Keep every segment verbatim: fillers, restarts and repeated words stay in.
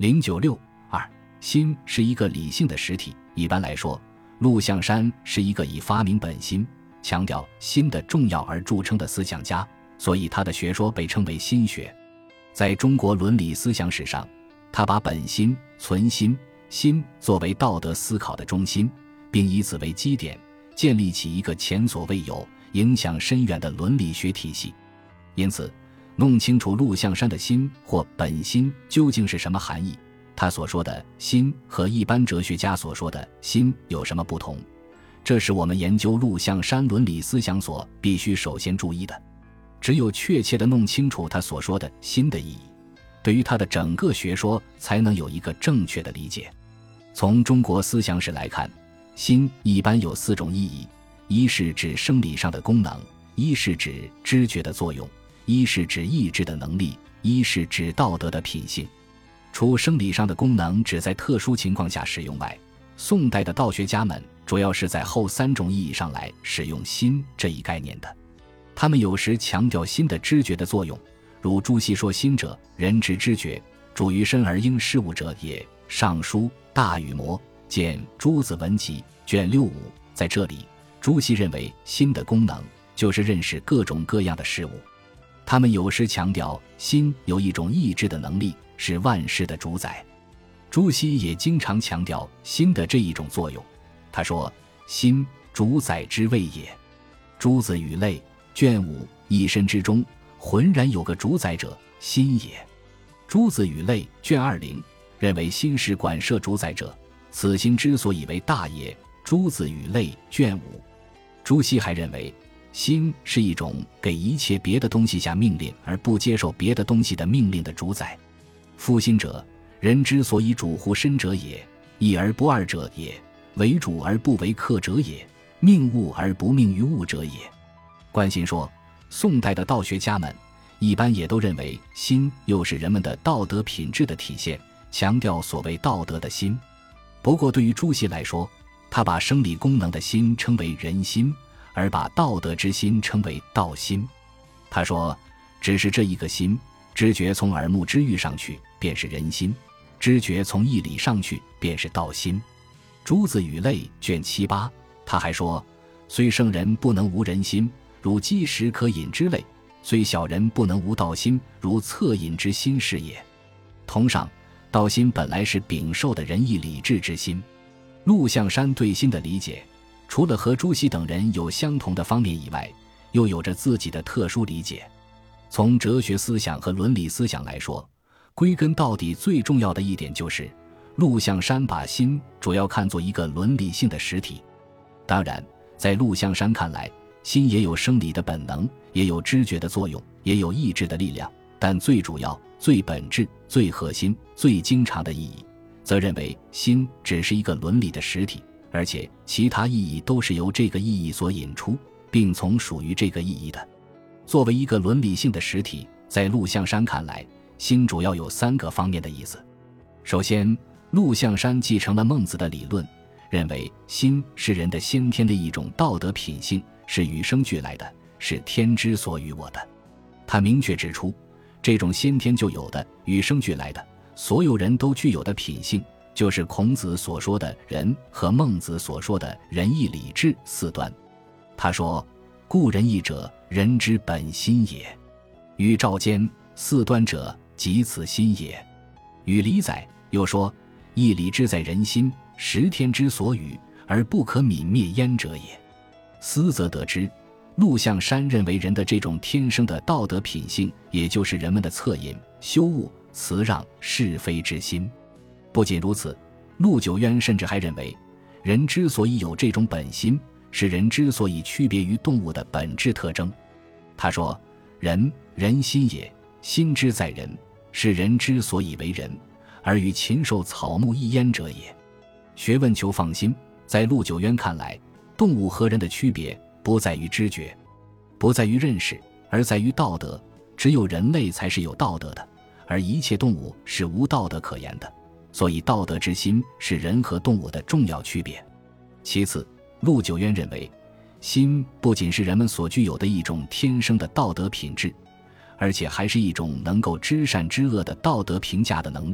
零九六二，心是一个理性的实体。一般来说，陆象山是一个以发明本心，强调心的重要而著称的思想家，所以他的学说被称为心学。在中国伦理思想史上，他把本心、存心、心作为道德思考的中心，并以此为基点，建立起一个前所未有、影响深远的伦理学体系。因此，弄清楚陆象山的心或本心究竟是什么含义，他所说的心和一般哲学家所说的心有什么不同，这是我们研究陆象山伦理思想所必须首先注意的。只有确切地弄清楚他所说的心的意义，对于他的整个学说才能有一个正确的理解。从中国思想史来看，心一般有四种意义：一是指生理上的功能，一是指知觉的作用，一是指意志的能力，一是指道德的品性。除生理上的功能只在特殊情况下使用外，宋代的道学家们主要是在后三种意义上来使用心这一概念的。他们有时强调心的知觉的作用，如朱熹说心者，人之知觉，主于身而应事物者也。尚书大禹谟见朱子文集卷六五，在这里朱熹认为心的功能就是认识各种各样的事物。他们有时强调心有一种意志的能力，是万事的主宰。朱熹也经常强调心的这一种作用，他说心主宰之谓也。朱子语类卷五，一身之中浑然有个主宰者，心也。朱子语类卷二零认为心是管摄主宰者，此心之所以为大也。朱子语类卷五。朱熹还认为心是一种给一切别的东西下命令而不接受别的东西的命令的主宰。夫心者，人之所以主乎身者也，一而不二者也，为主而不为客者也，命物而不命于物者也。关心说，宋代的道学家们一般也都认为心又是人们的道德品质的体现，强调所谓道德的心。不过对于朱熹来说，他把生理功能的心称为人心，而把道德之心称为道心。他说，只是这一个心，知觉从耳目之欲上去便是人心，知觉从义理上去便是道心。朱子语类卷七八，他还说，虽圣人不能无人心，如积食可饮之类，虽小人不能无道心，如恻隐之心是也。同上，道心本来是禀受的仁义礼智之心。陆象山对心的理解，除了和朱熹等人有相同的方面以外，又有着自己的特殊理解。从哲学思想和伦理思想来说，归根到底最重要的一点就是，陆象山把心主要看作一个伦理性的实体。当然，在陆象山看来，心也有生理的本能，也有知觉的作用，也有意志的力量，但最主要、最本质、最核心、最经常的意义，则认为心只是一个伦理的实体，而且其他意义都是由这个意义所引出，并从属于这个意义的。作为一个伦理性的实体，在陆象山看来，心主要有三个方面的意思。首先，陆象山继承了孟子的理论，认为心是人的先天的一种道德品性，是与生俱来的，是天之所与我的。他明确指出，这种先天就有的、与生俱来的、所有人都具有的品性，就是孔子所说的仁和孟子所说的仁义礼智四端。他说，故仁义者，人之本心也。与赵坚四端者，即此心也。与李载又说，义礼之在人心，实天之所与，而不可泯灭焉者也。思则得知，陆象山认为人的这种天生的道德品性，也就是人们的恻隐、羞恶、辞让、是非之心。不仅如此，陆九渊甚至还认为，人之所以有这种本心，是人之所以区别于动物的本质特征。他说，人，人心也，心之在人，是人之所以为人，而与禽兽草木一焉者也。学问求放心，在陆九渊看来，动物和人的区别不在于知觉，不在于认识，而在于道德。只有人类才是有道德的，而一切动物是无道德可言的，所以道德之心是人和动物的重要区别。其次，陆九渊认为，心不仅是人们所具有的一种天生的道德品质，而且还是一种能够知善知恶的道德评价的能力，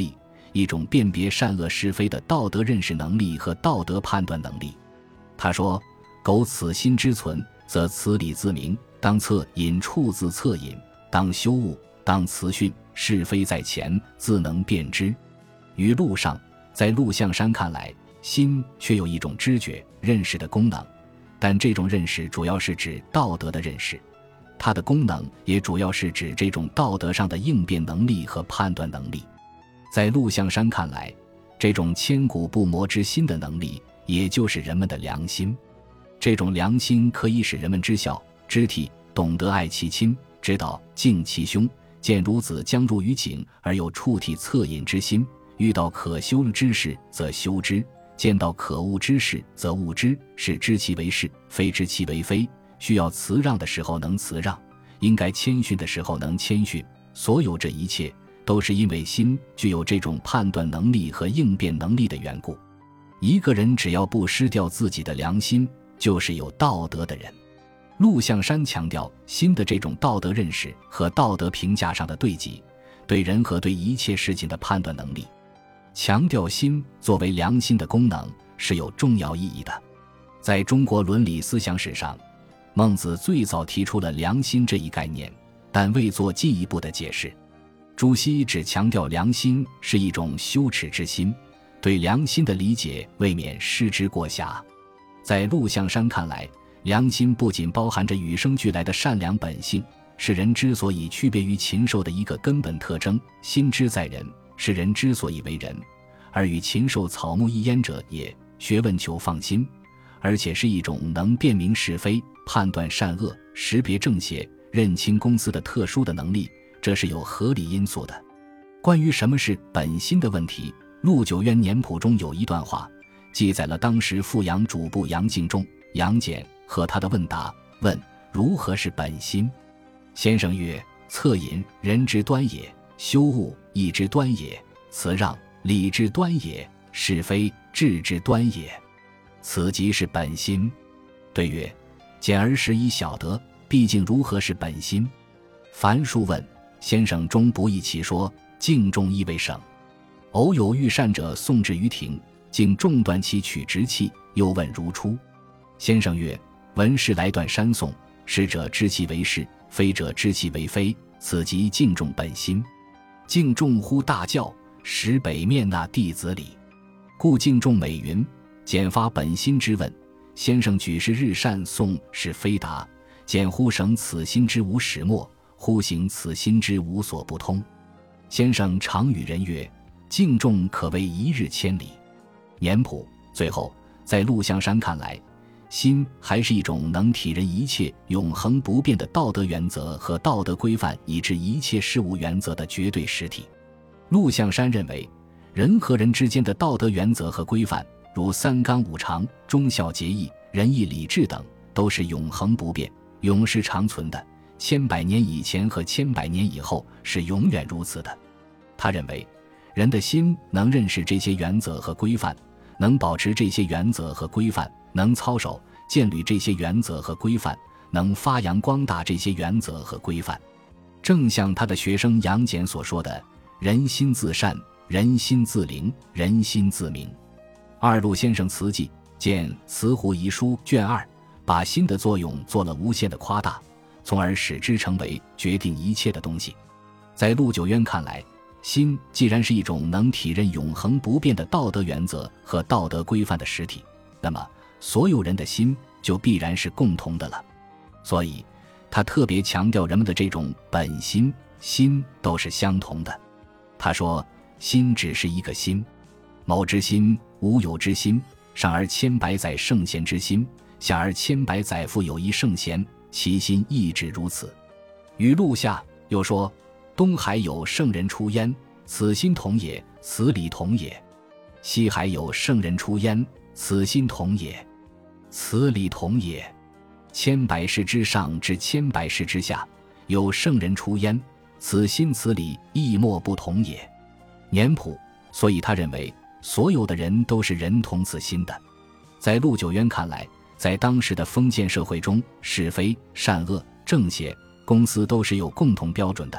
一种辨别善恶是非的道德认识能力和道德判断能力。他说：苟此心之存，则此理自明，当恻隐处自恻隐，当羞恶，当辞训，是非在前，自能辨之。于陆上，在陆象山看来，心却有一种知觉认识的功能，但这种认识主要是指道德的认识，它的功能也主要是指这种道德上的应变能力和判断能力。在陆象山看来，这种千古不磨之心的能力，也就是人们的良心。这种良心可以使人们知孝知悌，懂得爱其亲，知道敬其兄，见孺子将入于井而有触涕恻隐之心，遇到可羞之事则羞之，见到可恶之事则恶之，是知其为是，非知其为非。需要辞让的时候能辞让，应该谦逊的时候能谦逊。所有这一切都是因为心具有这种判断能力和应变能力的缘故。一个人只要不失掉自己的良心，就是有道德的人。陆象山强调心的这种道德认识和道德评价上的对极，对人和对一切事情的判断能力。强调心作为良心的功能是有重要意义的。在中国伦理思想史上，孟子最早提出了良心这一概念，但未做进一步的解释。朱熹只强调良心是一种羞耻之心，对良心的理解未免失之过狭。在陆象山看来，良心不仅包含着与生俱来的善良本性，是人之所以区别于禽兽的一个根本特征，心之在人，是人之所以为人，而与禽兽草木一焉者也。学问求放心，而且是一种能辨明是非，判断善恶，识别正邪，认清公私的特殊的能力，这是有合理因素的。关于什么是本心的问题，陆九渊年谱中有一段话，记载了当时富阳主簿杨敬仲、杨简和他的问答。问如何是本心？先生曰：恻隐，人之端也；羞恶，义之端也；辞让，礼之端也；是非，智之端也。此即是本心。对曰：简而时以晓得，毕竟如何是本心？樊叔问：先生终不议其说，敬仲亦未省。偶有遇善者送至于庭，敬中断其取直器，又问如初。先生曰：闻士来断山送，是者知其为是，非者知其为非，此即敬重本心。敬重呼大叫，使北面那弟子礼。故敬重美云：简发本心之问，先生举是日善送是非答，简乎省此心之无始末，乎行此心之无所不通。先生常与人曰：敬重可谓一日千里。年谱最后，在陆象山看来，心还是一种能体认一切永恒不变的道德原则和道德规范以至一切事物原则的绝对实体。陆象山认为，人和人之间的道德原则和规范，如三纲五常、忠孝节义、仁义礼智等，都是永恒不变、永世长存的，千百年以前和千百年以后是永远如此的。他认为，人的心能认识这些原则和规范，能保持这些原则和规范，能操守建立这些原则和规范，能发扬光大这些原则和规范。正像他的学生杨简所说的：人心自善，人心自灵，人心自明。二陆先生词记见《慈湖遗书》卷二，把心的作用做了无限的夸大，从而使之成为决定一切的东西。在陆九渊看来，心既然是一种能体认永恒不变的道德原则和道德规范的实体，那么所有人的心就必然是共同的了。所以他特别强调人们的这种本心、心都是相同的。他说，心只是一个心，某之心，无有之心，上而千百载圣贤之心，下而千百载复有一圣贤，其心亦只如此。语录下又说，东海有圣人出焉，此心同也，此理同也；西海有圣人出焉，此心同也，此理同也。千百世之上至千百世之下，有圣人出焉，此心此理亦莫不同也。年谱，所以他认为所有的人都是人同此心的。在陆九渊看来，在当时的封建社会中，是非、善恶、正邪、公私都是有共同标准的，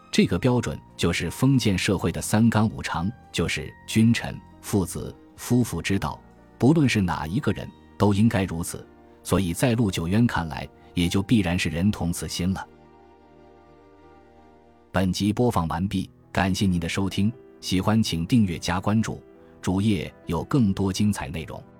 这个标准就是封建社会的三纲五常，就是君臣、父子、夫妇之道，不论是哪一个人都应该如此，所以在陆九渊看来，也就必然是人同此心了。本集播放完毕，感谢您的收听，喜欢请订阅加关注，主页有更多精彩内容。